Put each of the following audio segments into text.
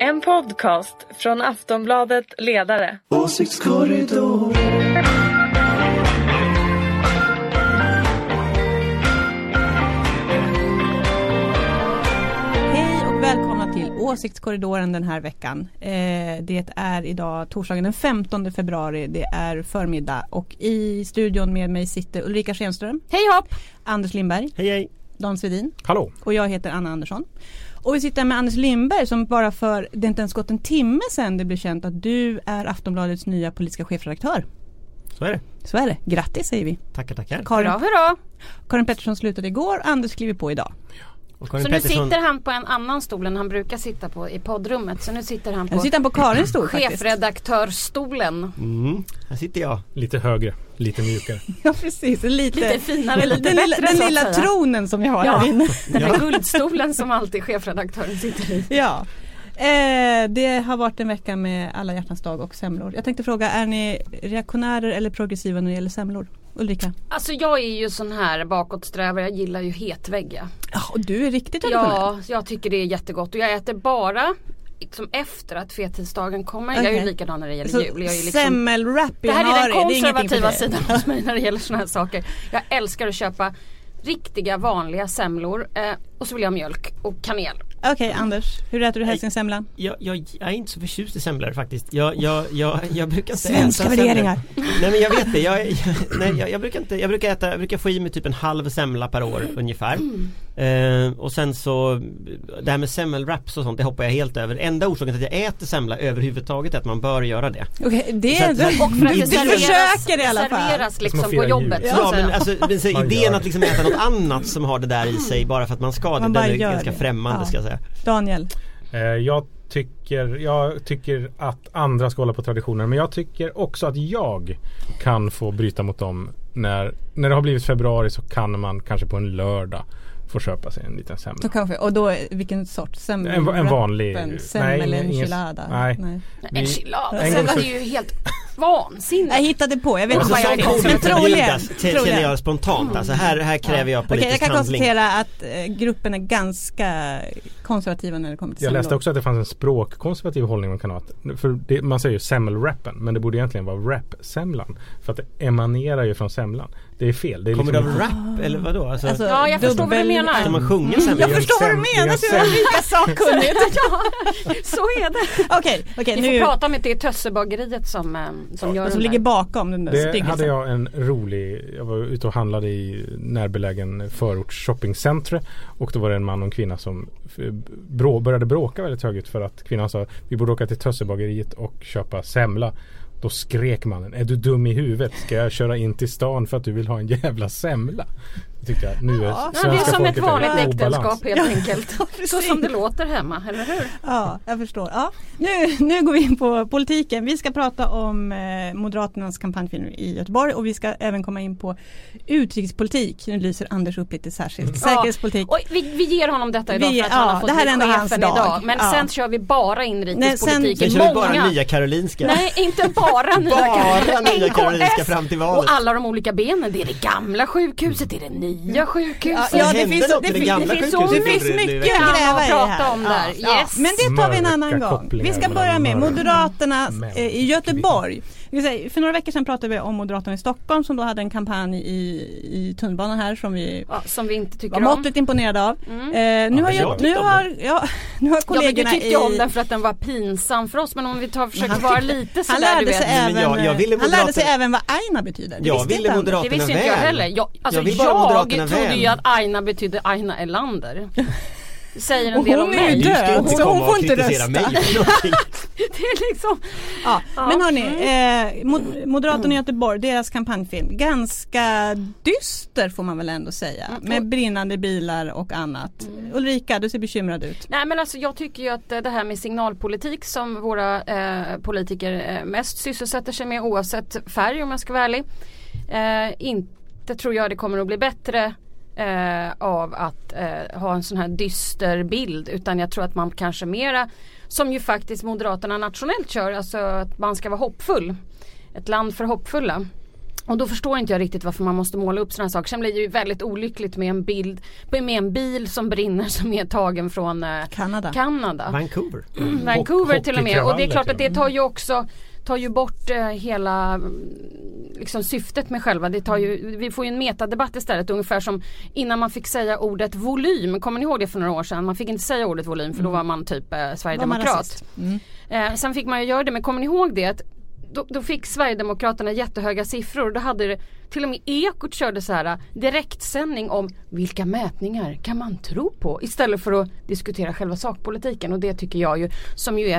En podcast från Aftonbladet Ledare. Åsiktskorridor. Hej och välkomna till Åsiktskorridoren den här veckan. Det är idag torsdagen den 15 februari. Det är förmiddag och i studion med mig sitter Ulrika Schenström. Hej hopp! Anders Lindberg. Hej hej. Dan Svedin. Hallå. Och jag heter Anna Andersson. Och vi sitter med Anders Lindberg som bara för det inte ens gått en timme sedan det blev känt att du är Aftonbladets nya politiska chefredaktör. Så är det. Så är det. Grattis säger vi. Tackar. Karin Pettersson slutade igår, Anders kliver på idag. Så nu sitter han på en annan stol än han brukar sitta på i poddrummet. Så nu sitter han på Karins stol chefredaktörstolen. Här sitter jag. Lite högre, lite mjukare. Ja precis, lite finare, lite den bättre. lilla tronen som jag har här inne. Den här guldstolen som alltid chefredaktören sitter i. Ja. Det har varit en vecka med alla hjärtans dag och semlor. Jag tänkte fråga, är ni reaktionärer eller progressiva när det gäller semlor? Ulrika? Alltså jag är ju sån här bakåtsträvare, jag gillar ju hetvägga. Ja, och du är riktigt traditionell. Ja, jag tycker det är jättegott och jag äter bara liksom efter att fettisdagen kommer. Jag är ju likadan när det gäller jul. Jag är liksom, semmelwrap i det här är den januari, konservativa sidan hos mig när det gäller såna här saker. Jag älskar att köpa riktiga vanliga semlor och så vill jag ha mjölk och kanel. Okej, Anders, hur äter du helst din semla? Jag är inte så förtjust i semlor faktiskt. Jag brukar inte svenska värderingar. Nej men jag vet det. Jag brukar få i mig typ en halv semla per år ungefär. Och sen så det här med semmelwraps och sånt, det hoppar jag helt över. Enda orsaken till att jag äter semla överhuvudtaget är att man bör göra det. Okej, det är och för att det försöker i alla fall. Serveras liksom på jobbet. Ja, men alltså idén att liksom äta något annat som har det där i sig bara för att man ska det, den är ganska främmande ska jag säga. Daniel? Jag tycker att andra ska hålla på traditioner, men jag tycker också att jag kan få bryta mot dem när det har blivit februari, så kan man kanske på en lördag få köpa sig en liten semla. Och då vilken sorts semla? En vanlig enchilada. Nej. Enchilada. Sen är det ju helt vansinnigt. Jag hittade på. Jag vet inte alltså, vad jag kommer förbjudas känner jag spontant. Alltså här kräver jag politisk jag kan handling. konstatera att gruppen är ganska konservativa när det kommer till jag semlor. läste också att det fanns en språkkonservativ hållning man kan ha. För man säger ju semmelwrappen, men det borde egentligen vara wrap-semlan. För att det emanerar ju från semlan. Det är fel. Det är kommer liksom det av rap eller vadå? Alltså, ja, jag förstår vad du menar. Ska man sjunga semla? Jag förstår vad du menar. Du är lika sakkunnig. Ja, så är det. Okej, vi får prata om det Tössebageriet som gör som ligger bakom den där det styggelsen. Hade jag en rolig, jag var ute och handlade i närbelägen förorts shoppingcentre och då var det en man och en kvinna som började bråka väldigt högt för att kvinnan sa vi borde åka till Tössebageriet och köpa semla. Då skrek mannen, är du dum i huvudet? Ska jag köra in till stan för att du vill ha en jävla semla? Tyckte jag. Nu är det är som ett vanligt äktenskap helt enkelt. Så som det låter hemma, eller hur? Ja, jag förstår. Ja. Nu går vi in på politiken. Vi ska prata om Moderaternas kampanjfilm i Göteborg och vi ska även komma in på utrikespolitik. Nu lyser Anders upp lite särskilt. Säkerhetspolitik. Och vi ger honom detta idag för att han har fått det här är chefen idag. Men sen kör vi bara inrikespolitiken. Sen kör vi bara Nya Karolinska. Nej, inte bara Nya Karolinska fram till valet. Och alla de olika benen. Det är det gamla sjukhuset, det är det nya sjukhuset. Ja, det finns mycket att gräva i prata om där. Yes. Men det tar vi en annan gång. Vi ska börja med Moderaterna i Göteborg. För några veckor sedan pratade vi om Moderaterna i Stockholm som då hade en kampanj i tunnelbanan här som vi inte tycker var måttligt imponerade av. Nu har kollegorna jag tyckte om den för att den var pinsam för oss, men om vi försöker vara lite så han där, lärde sig även vad Aina betyder. Jag ville Moderaterna det visste inte jag heller. Jag trodde ju att Aina betydde Aina Elander. Säger en del om mig. Du ska inte komma och kritisera mig. Det är liksom... Ja. Men hörni, Moderaterna i Göteborg, deras kampanjfilm, ganska dyster får man väl ändå säga. Med brinnande bilar och annat. Ulrika, du ser bekymrad ut. Nej, men alltså jag tycker ju att det här med signalpolitik som våra politiker mest sysselsätter sig med, oavsett färg om jag ska vara ärlig, inte tror jag det kommer att bli bättre av att ha en sån här dyster bild, utan jag tror att man kanske mera, som ju faktiskt Moderaterna nationellt kör, alltså att man ska vara hoppfull, ett land för hoppfulla. Och då förstår inte jag riktigt varför man måste måla upp sådana saker. Sen blir det ju väldigt olyckligt med en bild med en bil som brinner som är tagen från Kanada. Vancouver. Vancouver till och med. Och det är klart att det tar ju bort hela liksom syftet med själva. Vi får ju en metadabatt istället, ungefär som innan man fick säga ordet volym. Kommer ni ihåg det för några år sedan? Man fick inte säga ordet volym för då var man typ Sverigedemokrat. Sen fick man ju göra det, men kommer ni ihåg det? Att då fick Sverigedemokraterna jättehöga siffror och då hade det, till och med Ekot körde så här direktsändning om vilka mätningar kan man tro på istället för att diskutera själva sakpolitiken, och det tycker jag ju, som ju är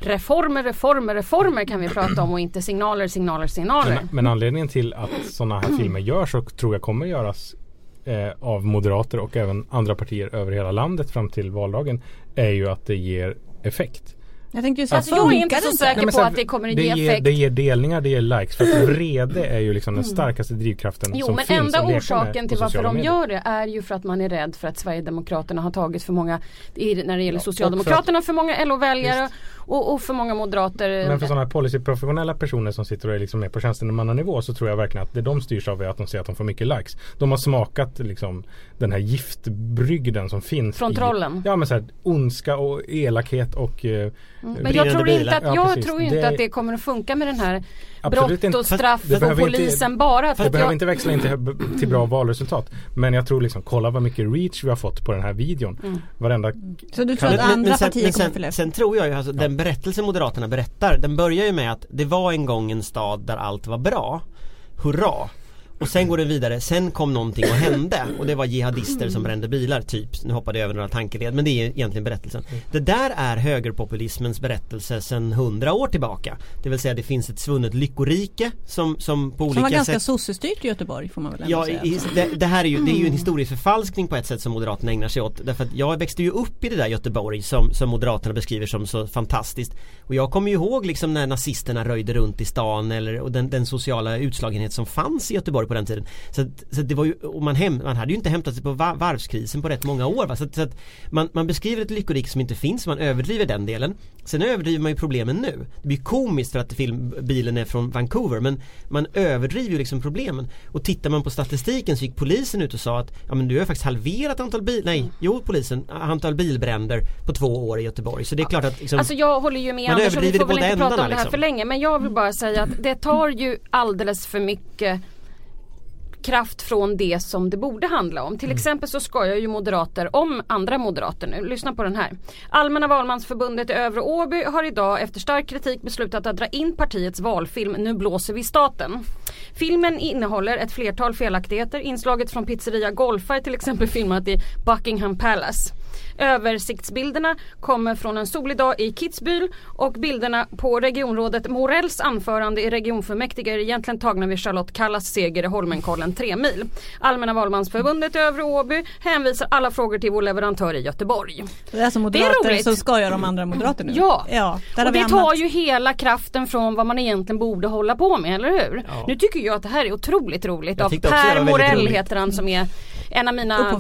reformer kan vi prata om och inte signaler. Men anledningen till att sådana här filmer görs och tror jag kommer göras av moderater och även andra partier över hela landet fram till valdagen är ju att det ger effekt. Jag tänkte just jag är inte så säker på att det kommer att ge effekt. Det ger delningar, det ger likes. För att vrede är ju liksom den starkaste drivkraften som finns. Jo, men enda orsaken till varför de gör det är ju för att man är rädd för att Sverigedemokraterna har tagit för många, när det gäller Socialdemokraterna, för många LO-väljare och för många moderater. Men för sådana policyprofessionella personer som sitter och är liksom med på tjänstemannanivå, så tror jag verkligen att det de styrs av är att de ser att de får mycket likes. De har smakat liksom den här giftbrygden som finns från trollen. Ja, men så här ondska och elakhet och men jag tror inte att det kommer att funka med den här brott och straff och polisen bara. Det behöver inte växla in till bra valresultat. Men jag tror liksom, kolla vad mycket reach vi har fått på den här videon. Varenda... Så du tror att andra partier kommer förlösa? Sen tror jag ju, alltså, den berättelse Moderaterna berättar, den börjar ju med att det var en gång en stad där allt var bra. Hurra! Och sen går det vidare, sen kom någonting och hände, och det var jihadister som brände bilar typ. Nu hoppade jag över några tankeled, men det är egentligen berättelsen. Det där är högerpopulismens berättelse sedan 100 år tillbaka. Det vill säga det finns ett svunnet lyckorike som på olika sätt... Som var ganska sossestyrt i Göteborg, får man väl ändå säga. Det här är ju, det är ju en historisk förfalskning på ett sätt som Moderaterna ägnar sig åt. Därför att jag växte ju upp i det där Göteborg som Moderaterna beskriver som så fantastiskt. Och jag kommer ju ihåg liksom när nazisterna röjde runt i stan och den sociala utslagenhet som fanns i Göteborg på den tiden. Så det var ju, och man hade ju inte hämtat sig på varvskrisen på rätt många år. Va? Så att man beskriver ett lyckorik som inte finns, man överdriver den delen. Sen överdriver man ju problemen nu. Det blir komiskt för att bilen är från Vancouver, men man överdriver ju liksom problemen. Och tittar man på statistiken så gick polisen ut och sa att ja, men du har faktiskt halverat antal bilbränder på 2 år i Göteborg. Så det är klart att liksom, alltså jag håller ju med Anders, och vi får väl inte prata om det här för länge, men jag vill bara säga att det tar ju alldeles för mycket kraft från det som det borde handla om. Till exempel så skojar ju moderater om andra moderater nu. Lyssna på den här. Allmänna valmansförbundet i Övre Åby har idag efter stark kritik beslutat att dra in partiets valfilm Nu blåser vi staten. Filmen innehåller ett flertal felaktigheter. Inslaget från pizzeria Golfa är till exempel filmat i Buckingham Palace. Översiktsbilderna kommer från en solig dag i Kitzbühel och bilderna på regionrådet Morells anförande i regionfullmäktige är egentligen tagna vid Charlotte Kallas seger i Holmenkollen 3 mil. Allmänna valmansförbundet i Övre Åby hänvisar alla frågor till vår leverantör i Göteborg. Det är alltså moderater som ska göra de andra moderater nu. Ja, och det tar ju hela kraften från vad man egentligen borde hålla på med, eller hur? Ja. Nu tycker jag att det här är otroligt roligt. Av Per Morell heter han, som är en av mina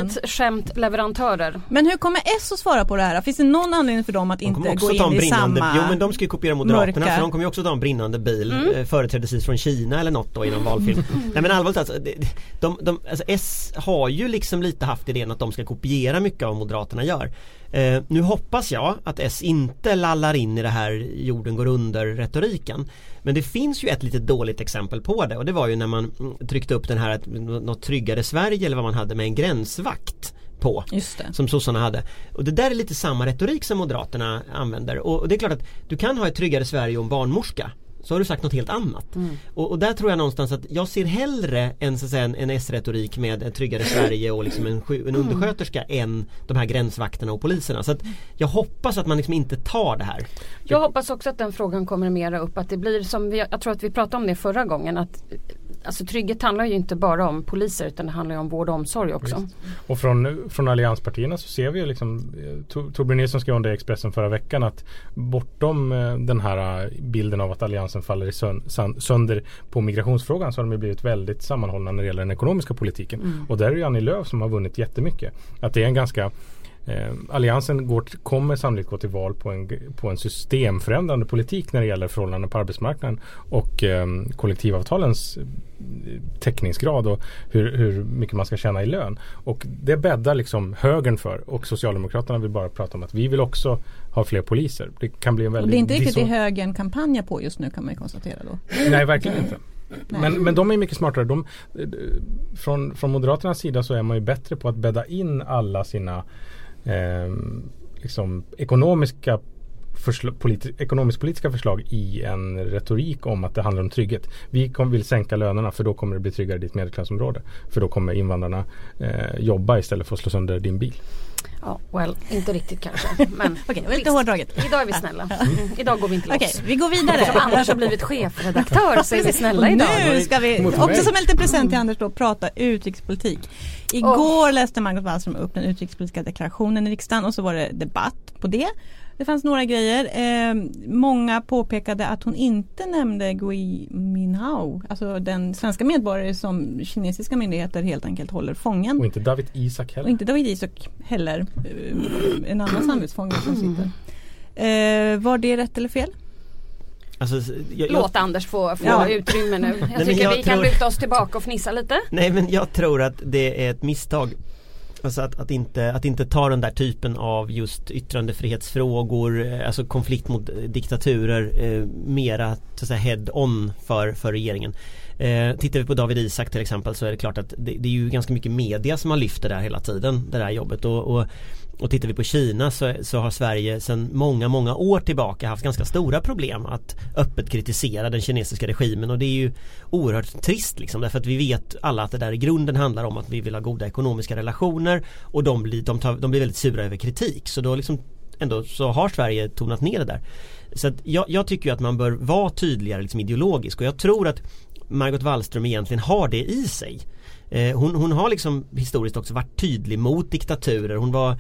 favoritskämtleverantörer. Men hur kommer S att svara på det här? Finns det någon anledning för dem att inte gå in i samma... Jo, men de ska ju kopiera Moderaterna, så de kommer ju också ta en brinnande bil, företrädesvis från Kina eller något då inom valfilm. Nej, men allvarligt alltså, alltså, S har ju liksom lite haft idén att de ska kopiera mycket av vad Moderaterna gör. Nu hoppas jag att S inte lallar in i det här jorden går under retoriken. Men det finns ju ett lite dåligt exempel på det, och det var ju när man tryckte upp den här något tryggare Sverige eller vad man hade med en gränsvakt på, som sossarna hade. Och det där är lite samma retorik som Moderaterna använder. Och det är klart att du kan ha ett tryggare Sverige och en barnmorska. Så har du sagt något helt annat. Och där tror jag någonstans att jag ser hellre en, så att säga, en S-retorik med ett tryggare Sverige och liksom en undersköterska än de här gränsvakterna och poliserna. Så att jag hoppas att man liksom inte tar det här. Jag hoppas också att den frågan kommer mera upp. Att det blir som jag tror att vi pratade om det förra gången, att alltså trygghet handlar ju inte bara om poliser, utan det handlar ju om vård och omsorg också. Visst. Och från allianspartierna så ser vi ju liksom, Torbjörn Nilsson skrev om det i Expressen förra veckan, att bortom den här bilden av att alliansen faller i sönder på migrationsfrågan, så har de blivit väldigt sammanhållna när det gäller den ekonomiska politiken. Och där är ju Annie Lööf som har vunnit jättemycket. Att det är en ganska Alliansen kommer sannolikt gå till val på en systemförändrande politik när det gäller förhållanden på arbetsmarknaden och kollektivavtalens täckningsgrad och hur mycket man ska tjäna i lön. Och det bäddar liksom högern för, och Socialdemokraterna vill bara prata om att vi vill också ha fler poliser. Det kan bli en väldigt... Och det är inte riktigt det högern kampanjar på just nu, kan man ju konstatera då. Nej, verkligen inte. Men de är mycket smartare. Från Moderaternas sida så är man ju bättre på att bädda in alla sina ekonomisk-politiska förslag i en retorik om att det handlar om trygghet. Vi vill sänka lönerna för då kommer det bli tryggare i ditt medelklassområde. För då kommer invandrarna jobba istället för att slå sönder din bil. Ja, inte riktigt kanske. Men okej, lite hårdraget. Idag är vi snälla. Idag går vi inte loss. Okej, vi går vidare. Som Anders har blivit chefredaktör så är vi snälla idag. Nu ska vi, också som en liten present till Anders då, prata utrikespolitik. Igår läste Margot Wallström upp den utrikespolitiska deklarationen i riksdagen och så var det debatt på det. Det fanns några grejer. Många påpekade att hon inte nämnde Gui Minhai, alltså den svenska medborgare som kinesiska myndigheter helt enkelt håller fången. Och inte David Isak heller. En annan samvetsfånge som sitter. Var det rätt eller fel? Alltså, Låt Anders få utrymme nu. Jag tycker vi kan luta oss tillbaka och fnissa lite. Nej, men jag tror att det är ett misstag. Alltså att inte ta den där typen av just yttrandefrihetsfrågor, alltså konflikt mot diktaturer mera så att säga head on för regeringen. Tittar vi på David Isak till exempel så är det klart att det är ju ganska mycket media som har lyft det där hela tiden, det där jobbet. Och tittar vi på Kina så har Sverige sedan många år tillbaka haft ganska stora problem att öppet kritisera den kinesiska regimen, och det är ju oerhört trist liksom, därför att vi vet alla att det där i grunden handlar om att vi vill ha goda ekonomiska relationer, och de blir väldigt sura över kritik, så då liksom ändå så har Sverige tonat ner det där. Så att jag tycker ju att man bör vara tydligare liksom ideologisk, och jag tror att Margot Wallström egentligen har det i sig. Hon har liksom historiskt också varit tydlig mot diktaturer.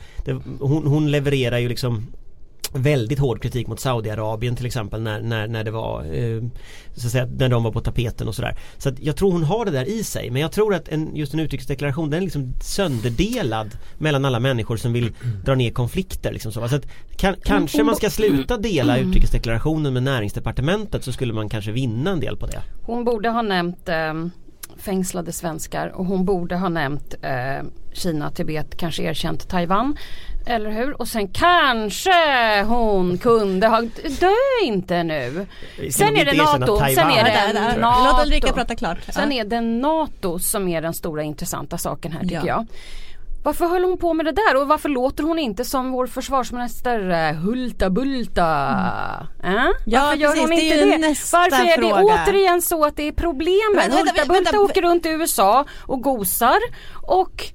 Hon levererar ju liksom väldigt hård kritik mot Saudiarabien till exempel när det var så att säga, när de var på tapeten och sådär. Så att jag tror hon har det där i sig, men jag tror att just en utrikesdeklaration, den är liksom sönderdelad mellan alla människor som vill dra ner konflikter liksom så att kanske man ska sluta dela utrikesdeklarationen med Näringsdepartementet, så skulle man kanske vinna en del på det. Hon borde ha nämnt fängslade svenskar, och hon borde ha nämnt Kina, Tibet, kanske erkänt Taiwan, eller hur? Och sen kanske hon kunde ha dö inte nu. Sen är det NATO. Sen är det NATO. Låt Ulrika prata klart. Sen är det NATO som är den stora intressanta saken här, tycker jag. Varför höll hon på med det där? Och varför låter hon inte som vår försvarsminister Hulta Bulta? Varför gör hon inte det? Varför är det återigen så att det är problemet? Hulta Bulta åker runt i USA och gosar, och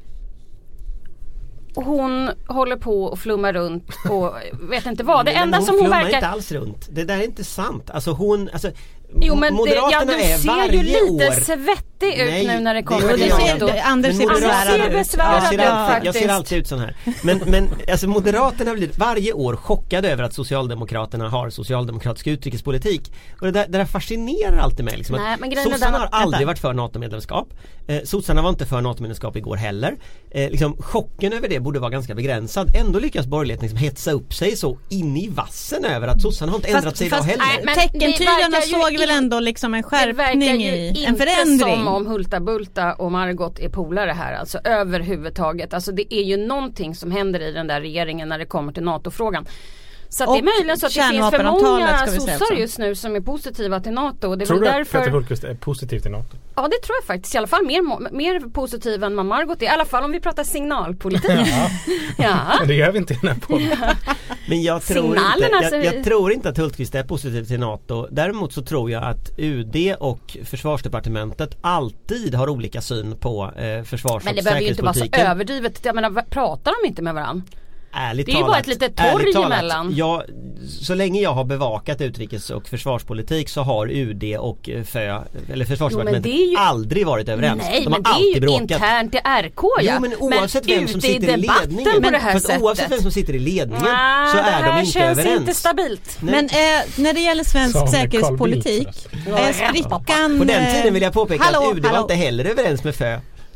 hon håller på och flummar runt och vet inte vad. Det enda som hon verkar... inte alls runt. Det där är inte sant. Alltså hon... Jo, men Moderaterna du ser ju lite svettig ut nu när det kommer till NATO. Anders ser besvärad ut. Jag ser alltid ut sån här. Men alltså Moderaterna blir varje år chockade över att Socialdemokraterna har socialdemokratisk utrikespolitik. Och det där fascinerar alltid mig liksom. Sossarna har aldrig varit för NATO-medlemskap. Sossarna var inte för NATO-medlemskap igår heller. Liksom, chocken över det borde vara ganska begränsad. Ändå lyckas borgerligheten liksom hetsa upp sig så in i vassen över att sossarna har inte ändrat sig idag heller. Teckentygarna såg väl ändå liksom en skärpning i en förändring. Det som om Hulta Bulta och Margot är polare här, alltså överhuvudtaget. Alltså det är ju någonting som händer i den där regeringen när det kommer till NATO-frågan. Så att det är möjligen så att det finns för många sossar just nu som är positiva till NATO. Det tror du därför... att Peter Hultqvist är positiv till NATO? Ja, det tror jag faktiskt. I alla fall mer positiv än vad Margot är. I alla fall om vi pratar signalpolitik. Ja. Men det gör vi inte i den här podden. Men jag tror inte att Hultqvist är positiv till NATO. Däremot så tror jag att UD och Försvarsdepartementet alltid har olika syn på försvars- och säkerhetspolitiken. Men det behöver ju inte vara så överdrivet. Jag menar, pratar de inte med varandra? Ärligt det är ju bara ett litet torg emellan. Så länge jag har bevakat utrikes- och försvarspolitik så har UD och Försvarsdepartementet aldrig varit överens. Nej, de har men det är ju bråkat. Internt i RK. Jo, men oavsett vem som sitter i ledningen, oavsett vem som sitter i ledningen så är de inte överens. Det känns inte stabilt. Men när det gäller svensk säkerhetspolitik, sprickan... På den tiden vill jag påpeka att UD var inte heller överens med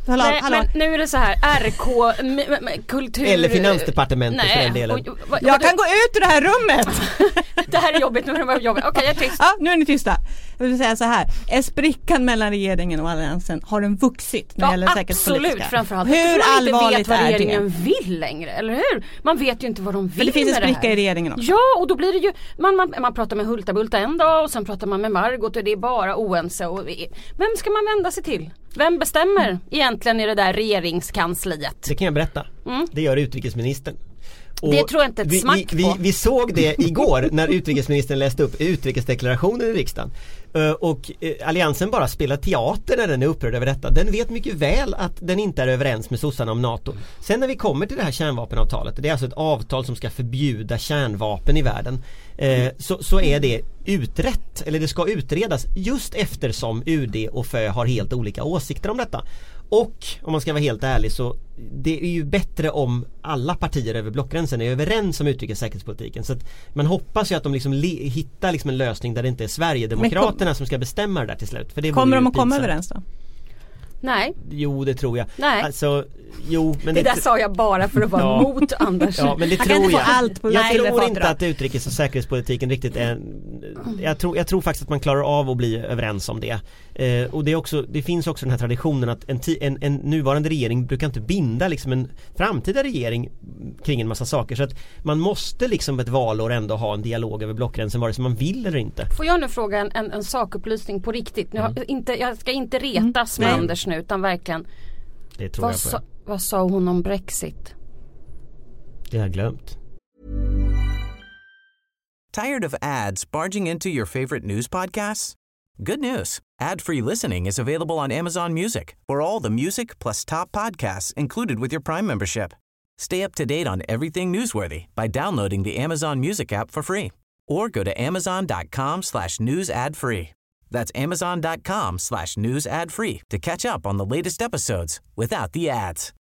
Hallå. Men nu är det så här, RK, kultur... Eller Finansdepartementet för den delen. Jag kan gå ut ur det här rummet. Det här är jobbigt, nu är det jobbigt. Okej, jag är tyst. Ja, nu är ni tysta. Jag vill säga så här, är sprickan mellan regeringen och alliansen, har den vuxit när det gäller säkerhetspolitiska? Absolut, framförallt. Hur allvarligt vad är regeringen det? vill längre, eller hur? Man vet ju inte vad de vill. För det finns en med spricka det här. i regeringen också. Ja, och då blir det ju, man pratar med Hulta en dag och sen pratar man med Margot och det är bara oense. Vem ska man vända sig till? Vem bestämmer egentligen i det där regeringskansliet? Det kan jag berätta. Det gör utrikesministern. Och det tror jag inte ett smack på. Vi såg det igår när utrikesministern läste upp utrikesdeklarationen i riksdagen. Och alliansen bara spelar teater när den är upprörd över detta. Den vet mycket väl att den inte är överens med sossarna om NATO. Sen när vi kommer till det här kärnvapenavtalet, det är alltså ett avtal som ska förbjuda kärnvapen i världen, så är det utrett, eller det ska utredas just eftersom UD och FÖ har helt olika åsikter om detta. Och om man ska vara helt ärlig så det är ju bättre om alla partier över blockgränsen är överens om utrikes- och säkerhetspolitiken. Så att man hoppas ju att de liksom hittar liksom en lösning där det inte är Sverigedemokraterna som ska bestämma det där till slut. För det kommer de att komma överens då? Nej. Jo, det tror jag. Nej. Alltså, jo, men det där sa jag bara för att vara mot Anders. Ja, men det Han tror kan inte jag. få allt på Jag tror fat inte idag. att utrikes- och säkerhetspolitiken riktigt är... Jag tror faktiskt att man klarar av att bli överens om det. Och det finns också den här traditionen att en nuvarande regering brukar inte binda liksom en framtida regering kring en massa saker. Så att man måste liksom ett valår ändå ha en dialog över blockgränsen vare sig man vill eller inte. Får jag nu fråga en sakupplysning på riktigt? Jag ska inte retas med Anders nu utan verkligen. Det tror jag på. Vad sa hon om Brexit? Det har jag glömt. Tired of ads barging into your favorite news podcasts? Good news. Ad-free listening is available on Amazon Music for all the music plus top podcasts included with your Prime membership. Stay up to date on everything newsworthy by downloading the Amazon Music app for free or go to amazon.com/news ad free. That's amazon.com/news ad free to catch up on the latest episodes without the ads.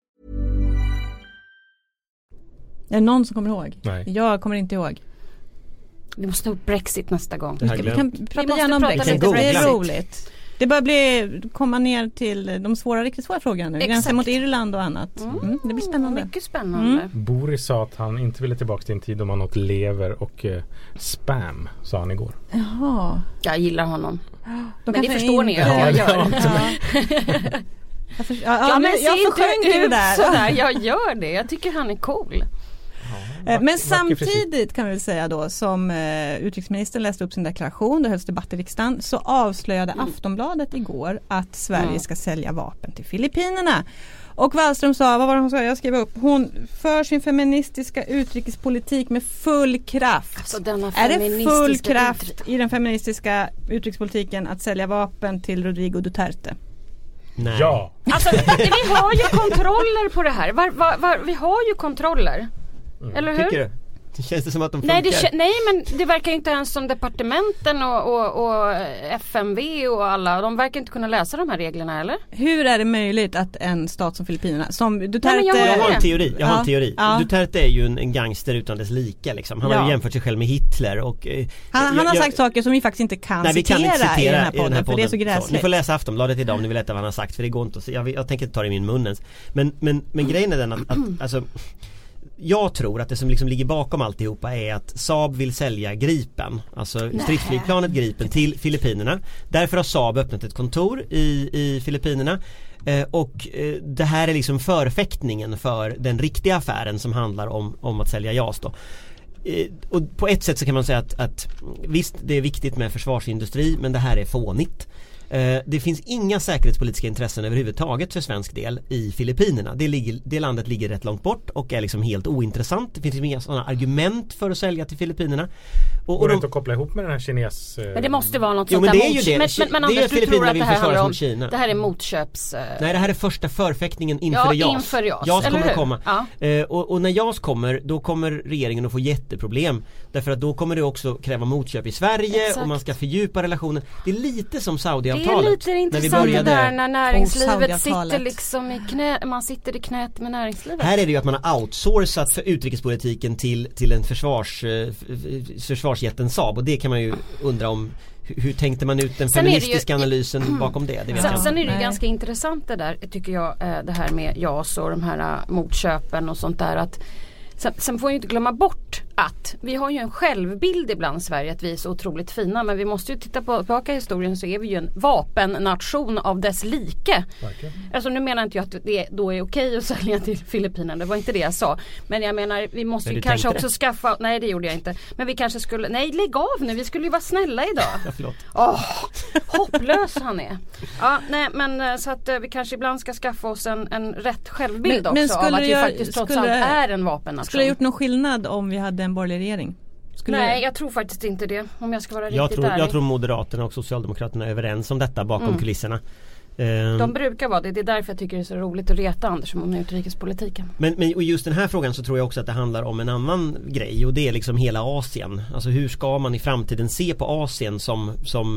Är det någon som kommer ihåg? Nej. Jag kommer inte ihåg. Vi måste ta upp Brexit nästa gång. Vi kan prata gärna om Brexit. Det är roligt. Det börjar komma ner till de riktigt svåra frågorna nu. Gränsen mot Irland och annat. Det blir spännande. Mycket spännande. Boris sa att han inte ville tillbaka till en tid då man åt lever och spam, sa han igår. Jaha. Jag gillar honom. Men det förstår ni att jag gör. Jag försjönk det där. Sådär, jag gör det. Jag tycker han är cool. Men samtidigt kan vi väl säga då som utrikesministern läste upp sin deklaration, det hölls debatt i riksdagen, så avslöjade Aftonbladet igår att Sverige ska sälja vapen till Filippinerna. Och Wallström sa, vad var det hon sa? Jag skrev upp. Hon för sin feministiska utrikespolitik med full kraft. Alltså, är det full kraft i den feministiska utrikespolitiken att sälja vapen till Rodrigo Duterte? Nej. Ja. Alltså, vi har ju kontroller på det här. Vi har ju kontroller. Eller hur? Tycker du? Det känns det som att de funkar? Nej, men det verkar inte ens som departementen och FMV och alla. De verkar inte kunna läsa de här reglerna, eller? Hur är det möjligt att en stat som Filippinerna, som Duterte... Jag har en teori. Ja. Duterte är ju en gangster utan dess lika liksom. Han har ju jämfört sig själv med Hitler och, han har sagt saker som vi faktiskt inte kan citera, vi kan inte citera i den här podden. För det är så gräsligt. Ni får läsa Aftonbladet idag om ni vill veta vad han har sagt, för det går inte att se. Jag tänker inte ta det i min mun ens. Men grejen är den att alltså, jag tror att det som liksom ligger bakom alltihopa är att Saab vill sälja Gripen, alltså stridsflygplanet Gripen, till Filippinerna. Därför har Saab öppnat ett kontor i Filippinerna. Och det här är liksom förfäktningen för den riktiga affären som handlar om att sälja JAS då. Och på ett sätt så kan man säga att visst, det är viktigt med försvarsindustri, men det här är fånigt. Det finns inga säkerhetspolitiska intressen överhuvudtaget för svensk del i Filippinerna. Det landet ligger rätt långt bort och är liksom helt ointressant. Det finns inga sådana argument för att sälja till Filippinerna. Går det inte att koppla ihop med den här kines... Men det måste vara något sånt men där det är ju det. Men Anders, du tror att det här handlar om... Kina. Det här är motköps... Nej, det här är första förfäktningen inför JAS. Inför JAS. JAS kommer att komma. Ja. Och när JAS kommer, då kommer regeringen att få jätteproblem. Därför att då kommer det också kräva motköp i Sverige. Exakt. Och man ska fördjupa relationen. Det är lite som Saudiavtalet. Saudi-avtalet. Det är lite intressant det där när näringslivet sitter liksom i man sitter i knät med näringslivet. Här är det ju att man har outsourcat för utrikespolitiken till en försvarsjätten Saab, och det kan man ju undra om. Hur tänkte man ut den feministiska analysen bakom det? Sen är det ju ganska intressant det där, tycker jag, det här med JAS och de här motköpen och sånt där, att sen får jag ju inte glömma bort att vi har ju en självbild ibland i Sverige att vi är så otroligt fina, men vi måste ju titta på tillbaka i historien, så är vi ju en vapennation av dess like. Alltså nu menar inte jag att det då är okej att sälja till Filippinerna, det var inte det jag sa. Men jag menar, vi måste ju kanske också skaffa, nej det gjorde jag inte, men vi kanske skulle, nej lägg av nu, vi skulle ju vara snälla idag. Ja, förlåt. Hopplös han är. Ja, nej men så att vi kanske ibland ska skaffa oss en rätt självbild också av att vi faktiskt trots allt är en vapennation. Skulle det gjort någon skillnad om vi hade en borgerlig regering? Nej, jag tror faktiskt inte det, om jag ska vara riktigt ärlig. Jag tror Moderaterna och Socialdemokraterna är överens om detta bakom kulisserna. De brukar vara det. Det är därför jag tycker det är så roligt att reta Anders om utrikespolitiken. Men och just den här frågan så tror jag också att det handlar om en annan grej, och det är liksom hela Asien. Alltså hur ska man i framtiden se på Asien som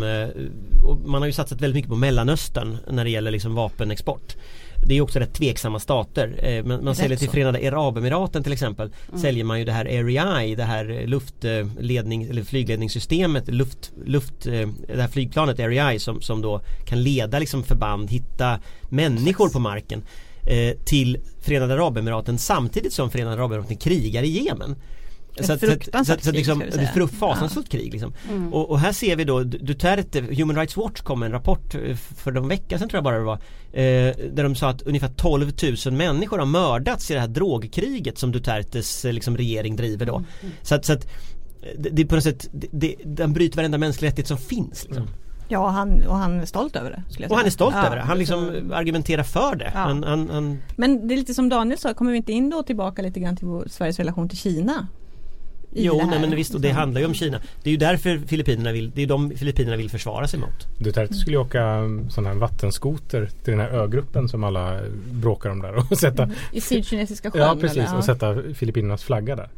och man har ju satsat väldigt mycket på Mellanöstern när det gäller liksom vapenexport. Det är också rätt tveksamma stater. Man säljer till Förenade Arabemiraten till exempel. Säljer man ju det här REI, det här eller flygledningssystemet, det här flygplanet REI som då kan leda liksom förband, hitta människor på marken till Förenade Arabemiraten samtidigt som Förenade Arabemiraten krigar i Jemen. Så liksom, det är fasansfullt krig liksom. Och här ser vi då Duterte, Human Rights Watch kom med en rapport för någon vecka sedan tror jag bara det var, där de sa att ungefär 12 000 människor har mördats i det här drogkriget som Dutertes liksom, regering driver då. Så att det på något sätt den bryter varenda mänsklig rättighet som finns liksom. Ja, han är stolt över det. Och han är stolt över det. Han liksom argumenterar för det. Ja. Men det är lite som Daniel sa, kommer vi inte in då tillbaka lite grann till Sveriges relation till Kina? Jo, nej, men visst, och det handlar ju om Kina. Det är ju därför Filippinerna vill försvara sig mot. Duterte skulle åka sån här vattenskoter till den här ögruppen som alla bråkar om där och sätta i Sydkinesiska sjön. Ja, precis, och sätta Filippinernas flagga där.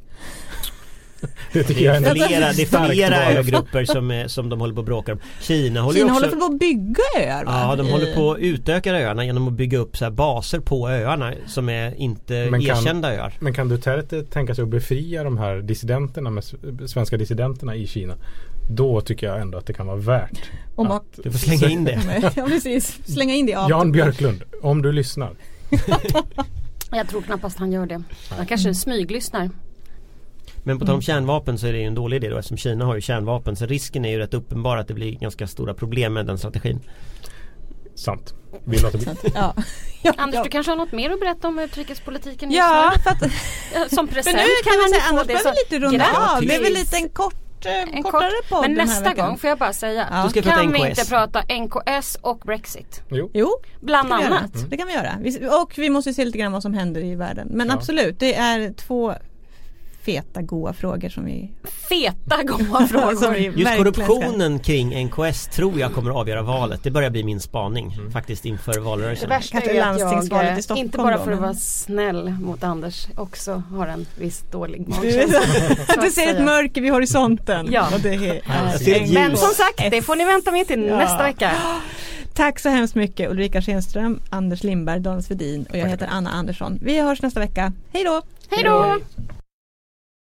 Det är flera ögrupper som de håller på att bråka om. Kina håller på att bygga öar, va? Ja, de håller på att utöka öarna genom att bygga upp så här baser på öarna som är inte erkända öar. Men kan Duterte tänka sig att befria de här dissidenterna, svenska dissidenterna i Kina? Då tycker jag ändå att det kan vara värt att du får slänga in det. Ja, precis. Slänga in det. Jan Björklund, om du lyssnar. Jag tror knappast han gör det. Han kanske smyglyssnar. Men på tal om kärnvapen så är det ju en dålig idé då, eftersom Kina har ju kärnvapen, så risken är ju rätt uppenbar att det blir ganska stora problem med den strategin. Sant. Vi låter bli. Ja. Anders, du kanske har något mer att berätta om utrikespolitiken? Ja, för att som present nu kan man säga, annars det så lite runda av. Det är väl lite en kortare podd. Men nästa gång får jag bara säga, kan vi inte prata NKS och Brexit? Jo, bland annat. Det kan vi göra. Och vi måste se lite grann vad som händer i världen. Men absolut, det är 2 feta goa frågor som vi... Just korruptionen kring NKS tror jag kommer att avgöra valet. Det börjar bli min spaning faktiskt inför valrörelsen. Det värsta är landstingsvalet i Stockholm, inte bara för att vara snäll mot Anders, också har en viss dålig magkänsla. Du ser ett mörker vid horisonten. Ja. Och det är men som sagt, det får ni vänta med till nästa vecka. Tack så hemskt mycket Ulrika Schenström, Anders Lindberg, Daniel Svedin och jag heter Anna Andersson. Vi hörs nästa vecka. Hej då! Hej då!